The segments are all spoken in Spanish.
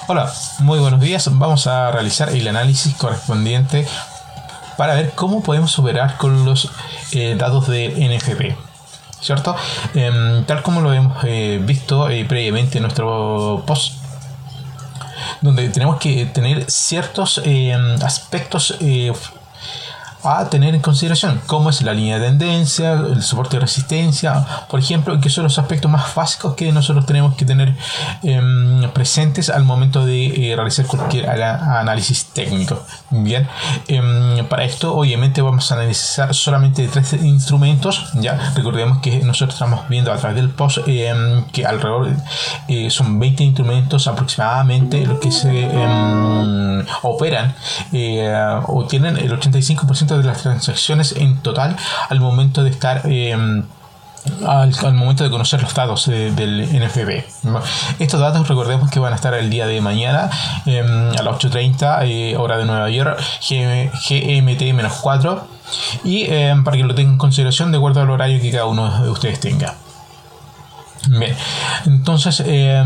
Hola, muy buenos días. Vamos a realizar el análisis correspondiente para ver cómo podemos operar con los datos de NFP, ¿cierto? Tal como lo hemos visto previamente en nuestro post, donde tenemos que tener ciertos aspectos a tener en consideración, como es la línea de tendencia, el soporte de resistencia, por ejemplo, que son los aspectos más básicos que nosotros tenemos que tener presentes al momento de realizar cualquier análisis técnico. Bien, para esto obviamente vamos a analizar solamente 3 instrumentos. Ya recordemos que nosotros estamos viendo a través del post que alrededor son 20 instrumentos aproximadamente los que se operan o tienen el 85% de las transacciones en total al momento de estar al momento de conocer los datos del NFP. Estos datos recordemos que van a estar el día de mañana a las 8:30 hora de Nueva York, GMT-4, y para que lo tengan en consideración de acuerdo al horario que cada uno de ustedes tenga. Bien, entonces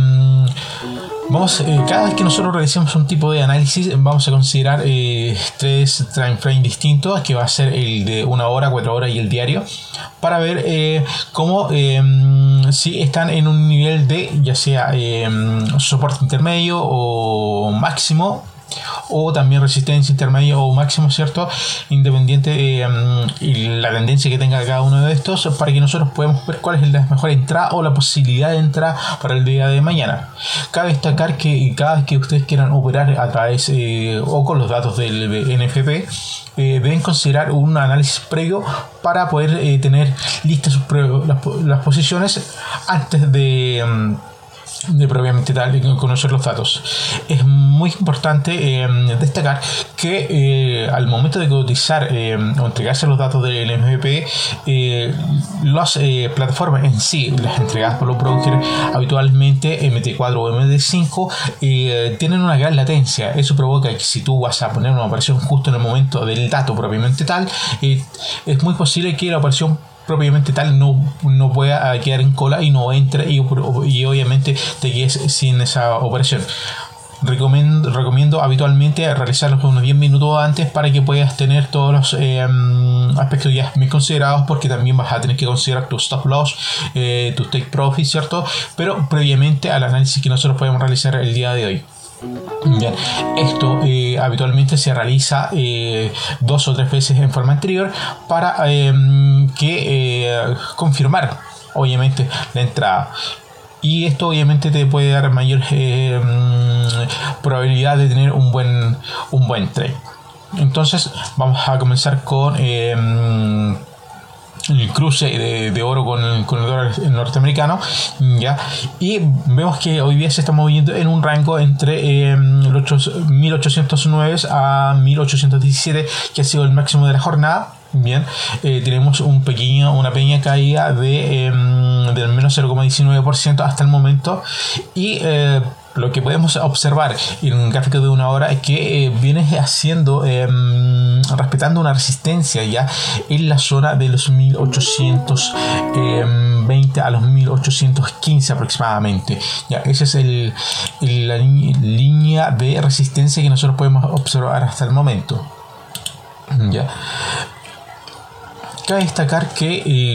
cada vez que nosotros realicemos un tipo de análisis vamos a considerar 3 time frames distintos, que va a ser el de 1 hora, 4 horas y el diario, para ver cómo si están en un nivel de ya sea soporte intermedio o máximo, o también resistencia intermedia o máximo, ¿cierto? Independiente y la tendencia que tenga cada uno de estos, para que nosotros podamos ver cuál es la mejor entrada o la posibilidad de entrada para el día de mañana. Cabe destacar que cada vez que ustedes quieran operar a través o con los datos del NFP, deben considerar un análisis previo para poder tener listas las posiciones antes de propiamente tal conocer los datos. Es muy importante destacar que al momento de cotizar o entregarse los datos del MVP, las plataformas en sí, las entregadas por los brokers, habitualmente MT4 o MT5, tienen una gran latencia. Eso provoca que si tú vas a poner una operación justo en el momento del dato propiamente tal, es muy posible que la operación propiamente tal no pueda quedar en cola y no entre y obviamente te quedes sin esa operación. Recomiendo habitualmente realizarlo unos 10 minutos antes para que puedas tener todos los aspectos ya bien considerados, porque también vas a tener que considerar tu stop loss, tu take profit, ¿cierto? Pero previamente al análisis que nosotros podemos realizar el día de hoy. Bien, esto habitualmente se realiza 2 o 3 veces en forma anterior para confirmar obviamente la entrada, y esto obviamente te puede dar mayor probabilidad de tener un buen trade. Entonces vamos a comenzar con el cruce de oro con el dólar norteamericano, ¿ya? Y vemos que hoy día se está moviendo en un rango entre 1809 a 1817, que ha sido el máximo de la jornada. Bien, tenemos una pequeña caída del menos 0,19% hasta el momento, y lo que podemos observar en un gráfico de 1 hora es que viene haciendo respetando una resistencia ya en la zona de los 1820 a los 1815 aproximadamente. Ya, esa es la línea de resistencia que nosotros podemos observar hasta el momento. Ya. Cabe destacar que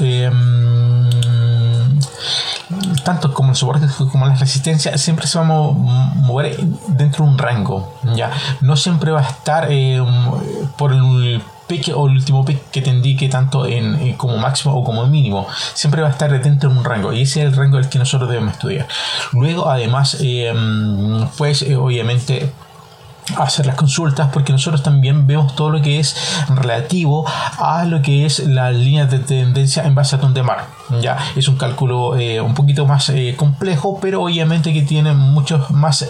tanto como el soporte como la resistencia siempre se va a mover dentro de un rango, ya no siempre va a estar por el pique o el último pick que te indique tanto en como máximo o como mínimo. Siempre va a estar dentro de un rango, y ese es el rango del que nosotros debemos estudiar. Luego además obviamente hacer las consultas, porque nosotros también vemos todo lo que es relativo a lo que es la línea de tendencia en base a Tondemar. Ya es un cálculo un poquito más complejo, pero obviamente que tiene muchos más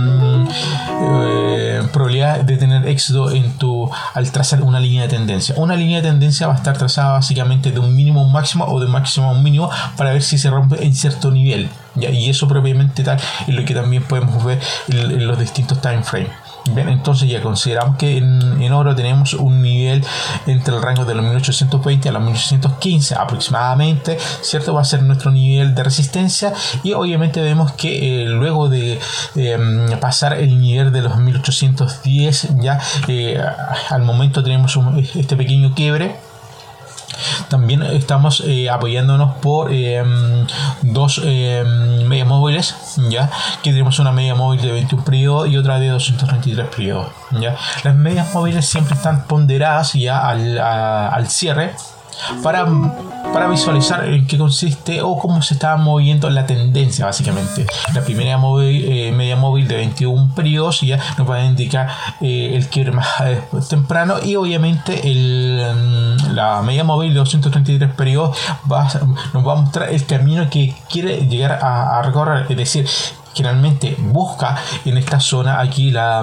probabilidad de tener éxito al trazar una línea de tendencia. Una línea de tendencia va a estar trazada básicamente de un mínimo a un máximo o de máximo a un mínimo para ver si se rompe en cierto nivel, ¿ya? Y eso propiamente tal es lo que también podemos ver en los distintos time frames. Bien, entonces ya consideramos que en oro tenemos un nivel entre el rango de los 1820 a los 1815 aproximadamente, ¿cierto? Va a ser nuestro nivel de resistencia, y obviamente vemos que luego de pasar el nivel de los 1810, ya al momento tenemos este pequeño quiebre. También estamos apoyándonos por dos medias móviles, ya que tenemos una media móvil de 21 periodos y otra de 233 periodos. Ya las medias móviles siempre están ponderadas ya al cierre para visualizar en qué consiste o cómo se está moviendo la tendencia. Básicamente la primera media móvil de 21 periodos ya nos va a indicar el quiebre más temprano, y obviamente la media móvil de 233 periodos nos va a mostrar el camino que quiere llegar a recorrer. Es decir, generalmente busca en esta zona aquí la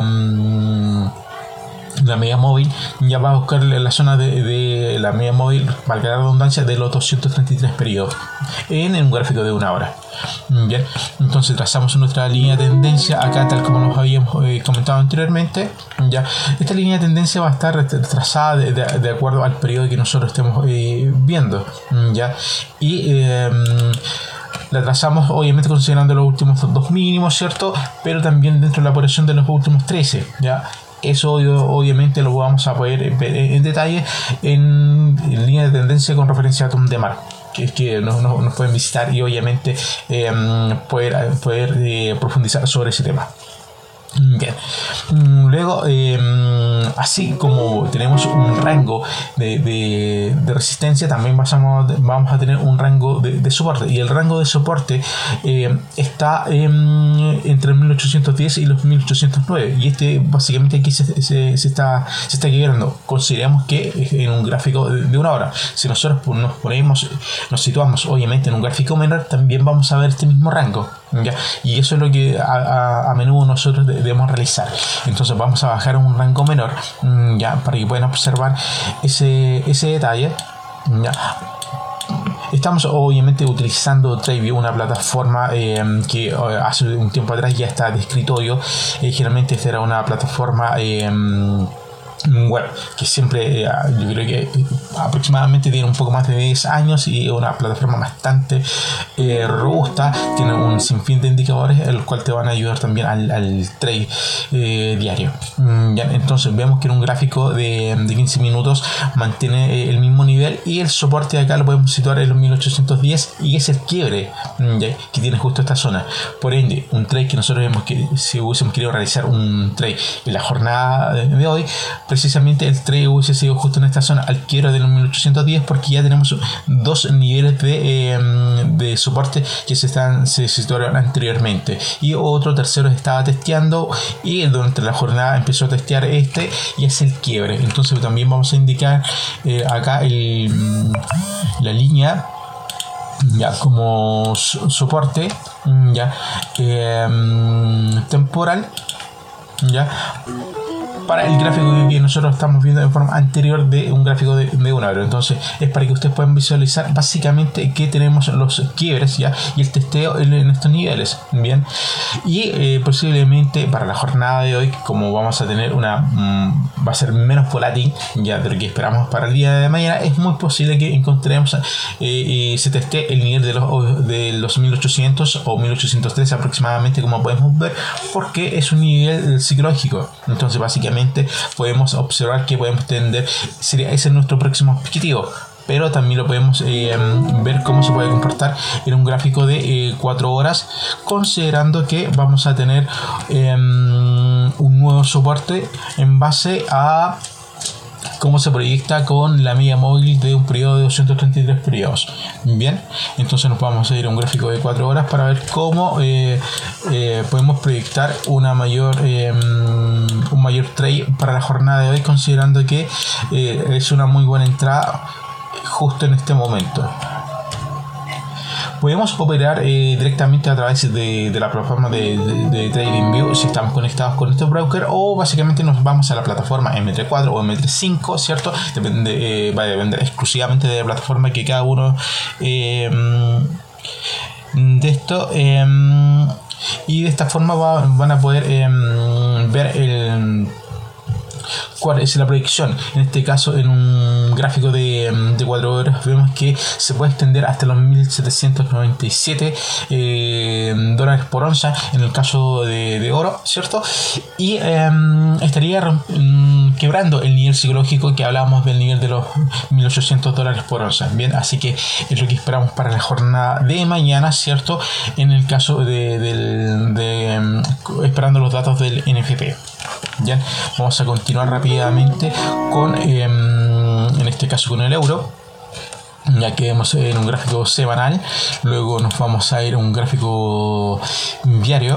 media móvil, ya va a buscar la zona de la media móvil, valga la redundancia, de los 233 periodos en un gráfico de una hora. Bien, entonces trazamos nuestra línea de tendencia acá, tal como nos habíamos comentado anteriormente. Ya esta línea de tendencia va a estar trazada de acuerdo al periodo que nosotros estemos viendo, ya, y la trazamos obviamente considerando los últimos dos mínimos, ¿cierto? Pero también dentro de la operación de los últimos 13, ya. Eso obviamente lo vamos a poder ver en detalle en línea de tendencia con referencia a Tom DeMar, que nos pueden visitar y obviamente poder profundizar sobre ese tema. Bien, luego así como tenemos un rango de resistencia, también vamos a tener un rango de soporte, y el rango de soporte está entre 1810 y los 1809, y este básicamente aquí se está quebrando. Consideramos que en un gráfico de una hora, si nosotros nos situamos obviamente en un gráfico menor, también vamos a ver este mismo rango, ¿ya? Y eso es lo que a menudo nosotros debemos realizar. Entonces vamos a bajar a un rango menor, ya, para que puedan observar ese detalle, ya. Estamos obviamente utilizando TradingView, una plataforma que hace un tiempo atrás ya está de escritorio. Generalmente esta era una plataforma web que siempre yo creo que aproximadamente tiene un poco más de 10 años, y una plataforma bastante robusta. Tiene un sinfín de indicadores, el cual te van a ayudar también al trade diario. Ya, entonces vemos que en un gráfico de 15 minutos mantiene el mismo nivel, y el soporte de acá lo podemos situar en los 1810, y es el quiebre ya, que tiene justo esta zona. Por ende, un trade que nosotros vemos que si hubiésemos querido realizar un trade en la jornada de hoy, precisamente el trade hubiese sido justo en esta zona, al quiebre de los 1810, porque ya tenemos dos niveles de soporte que se situaron anteriormente, y otro tercero estaba testeando, y durante la jornada empezó a testear y es el quiebre. Entonces también vamos a indicar acá la línea ya como soporte ya temporal, ya, para el gráfico que nosotros estamos viendo en forma anterior de un gráfico de una hora. Entonces es para que ustedes puedan visualizar básicamente que tenemos los quiebres ya y el testeo en estos niveles. Bien, y posiblemente para la jornada de hoy, como vamos a tener va a ser menos volátil ya de lo que esperamos para el día de mañana, es muy posible que encontremos y se testee el nivel de los 1800 o 1813 aproximadamente, como podemos ver, porque es un nivel psicológico. Entonces básicamente podemos observar que podemos tender, ese es nuestro próximo objetivo, pero también lo podemos ver cómo se puede comportar en un gráfico de 4 horas, considerando que vamos a tener un nuevo soporte en base a cómo se proyecta con la media móvil de un periodo de 233 periodos. Bien, entonces nos vamos a ir a un gráfico de 4 horas para ver cómo podemos proyectar un mayor trade para la jornada de hoy, considerando que es una muy buena entrada justo en este momento. Podemos operar directamente a través de la plataforma de TradingView si estamos conectados con este broker, o básicamente nos vamos a la plataforma M34 o M35, ¿cierto? Va a depender exclusivamente de la plataforma que cada uno de esto y de esta forma van a poder ver cuál es la proyección. En este caso, en un gráfico de 4 horas, vemos que se puede extender hasta los 1797 dólares por onza en el caso de oro, ¿cierto? Y estaría quebrando el nivel psicológico que hablábamos del nivel de los 1800 dólares por onza. Bien, así que es lo que esperamos para la jornada de mañana, ¿cierto? En el caso esperando los datos del NFP. Bien, vamos a continuar rápidamente con en este caso con el euro, ya que vemos en un gráfico semanal. Luego nos vamos a ir a un gráfico diario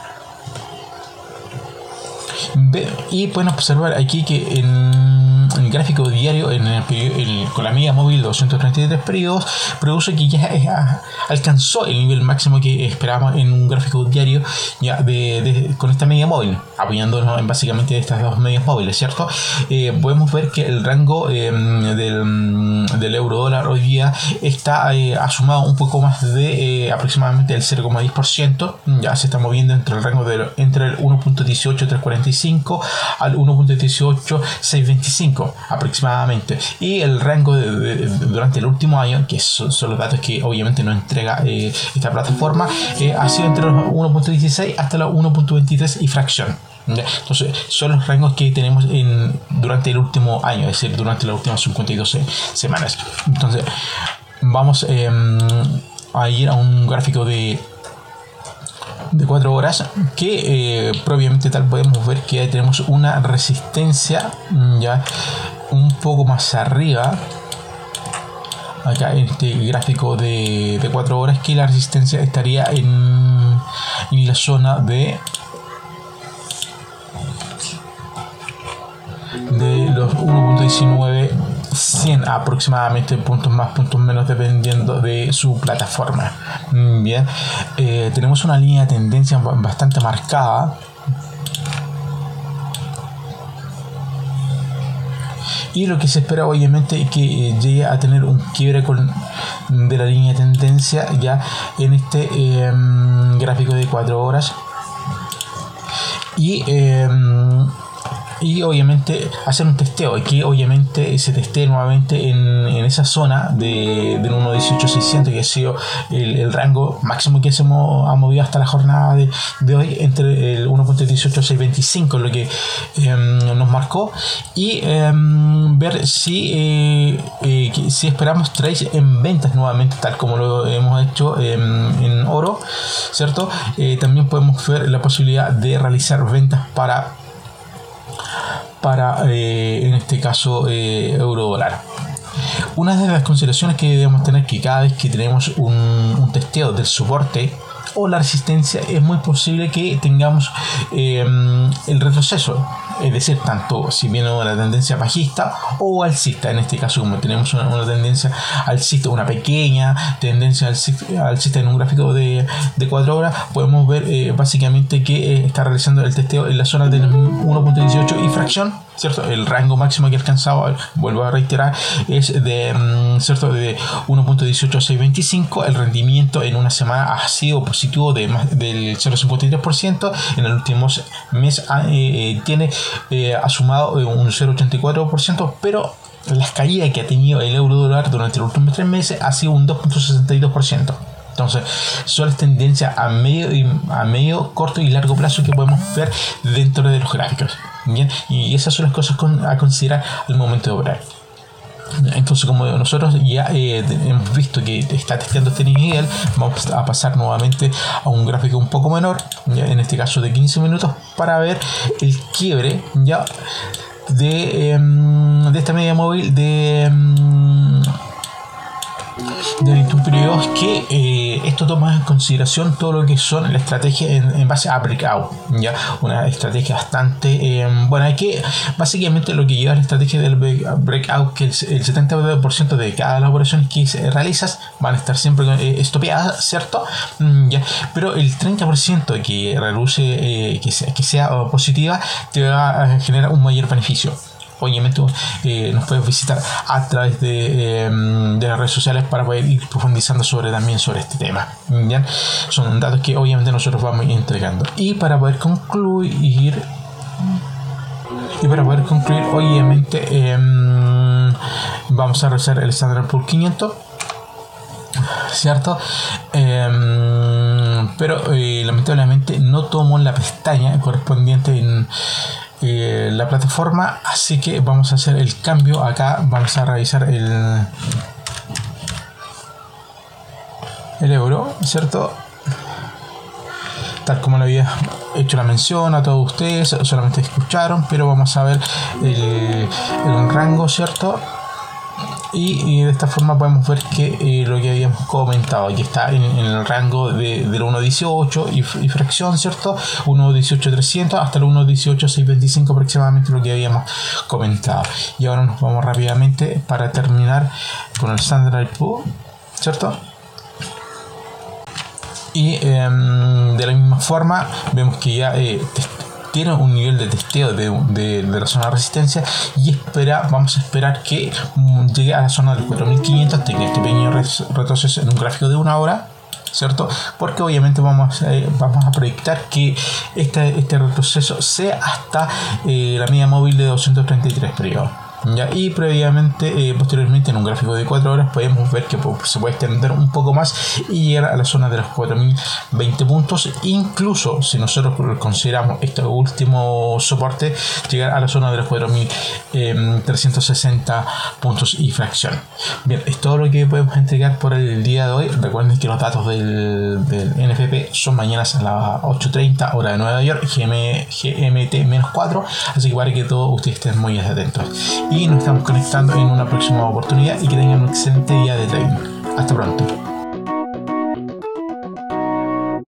y pueden observar aquí que en el gráfico diario, con la media móvil de 233 periodos, produce que ya alcanzó el nivel máximo que esperábamos en un gráfico diario ya con esta media móvil, apoyándonos en básicamente estas dos medias móviles, ¿cierto? Podemos ver que el rango del euro dólar hoy día ha sumado un poco más de aproximadamente el 0,10%, ya se está moviendo entre el rango entre el 1.18345 al 1.18625 aproximadamente, y el rango durante el último año, que son los datos que obviamente nos entrega esta plataforma, ha sido entre los 1.16 hasta los 1.23 y fracción. Entonces son los rangos que tenemos durante el último año, es decir, durante las últimas 52 semanas. Entonces vamos a ir a un gráfico de 4 horas que propiamente tal podemos ver que tenemos una resistencia ya un poco más arriba acá en este gráfico de 4 horas, que la resistencia estaría en la zona de los 1.19 aproximadamente, puntos más, puntos menos, dependiendo de su plataforma. Bien, tenemos una línea de tendencia bastante marcada, y lo que se espera obviamente es que llegue a tener un quiebre de la línea de tendencia ya en este gráfico de 4 horas, y obviamente hacer un testeo, y que obviamente se testee nuevamente en esa zona del 1.18600, que ha sido el rango máximo que se ha movido hasta la jornada de hoy, entre el 1.18625, lo que nos marcó, y ver si esperamos trades en ventas nuevamente, tal como lo hemos hecho en oro, ¿cierto? También podemos ver la posibilidad de realizar ventas para en este caso euro dólar. Una de las consideraciones que debemos tener, que cada vez que tenemos un testeo del soporte o la resistencia, es muy posible que tengamos el retroceso, es decir, tanto si viene una tendencia bajista o alcista. En este caso, como tenemos una tendencia alcista, una pequeña tendencia alcista en un gráfico de 4 horas, podemos ver básicamente que está realizando el testeo en la zona del 1.18 y fracción, ¿cierto? El rango máximo que ha alcanzado, vuelvo a reiterar, es de 1.18625. El rendimiento en una semana ha sido positivo del 0.53%. En el último mes ha sumado un 0.84%, pero las caídas que ha tenido el euro dólar durante los últimos 3 meses ha sido un 2.62%. Entonces son las tendencias a medio, corto y largo plazo que podemos ver dentro de los gráficos. Bien, y esas son las cosas a considerar al momento de operar. Entonces, como nosotros ya hemos visto que está testeando este nivel, vamos a pasar nuevamente a un gráfico un poco menor, ya en este caso de 15 minutos, para ver el quiebre ya de esta media móvil de 21 periodos, que esto toma en consideración todo lo que son la estrategia en base a breakout, ya una estrategia bastante buena. Hay que básicamente lo que lleva a la estrategia del breakout, que el 70% de cada las operaciones que realizas van a estar siempre estopeadas, ¿cierto? Ya, pero el 30% que reduce que sea positiva te va a generar un mayor beneficio. obviamente nos puedes visitar a través de las redes sociales para poder ir profundizando también sobre este tema. ¿Ya? Son datos que obviamente nosotros vamos entregando. Y para poder concluir, obviamente vamos a revisar el Standard & Poor's 500, ¿cierto? Pero lamentablemente no tomo la pestaña correspondiente en la plataforma, así que vamos a hacer el cambio acá. Vamos a revisar el euro, ¿cierto? Tal como le había hecho la mención a todos ustedes, solamente escucharon, pero vamos a ver el rango, ¿cierto? Y de esta forma podemos ver que lo que habíamos comentado, que está en el rango del 1.18 y fracción, ¿cierto? 1.18.300 hasta el 1.18.625 aproximadamente, lo que habíamos comentado. Y ahora nos vamos rápidamente para terminar con el Standard & Poor's, ¿cierto? Y de la misma forma vemos que ya tiene un nivel de testeo de la zona de resistencia, y vamos a esperar que llegue a la zona de 4500, tenga este pequeño retroceso en un gráfico de una hora, ¿cierto? Porque obviamente vamos a proyectar que este retroceso sea hasta la media móvil de 233 periodos. ¿Ya? Y previamente, posteriormente, en un gráfico de 4 horas podemos ver que se puede extender un poco más y llegar a la zona de los 4020 puntos. Incluso si nosotros consideramos este último soporte, llegar a la zona de los 4360 puntos y fracción. Bien, es todo lo que podemos entregar por el día de hoy. Recuerden que los datos del NFP son mañana a las 8:30 hora de Nueva York, GMT-4, así que para que todos ustedes estén muy atentos. Y nos estamos conectando en una próxima oportunidad, y que tengan un excelente día de trading. Hasta pronto.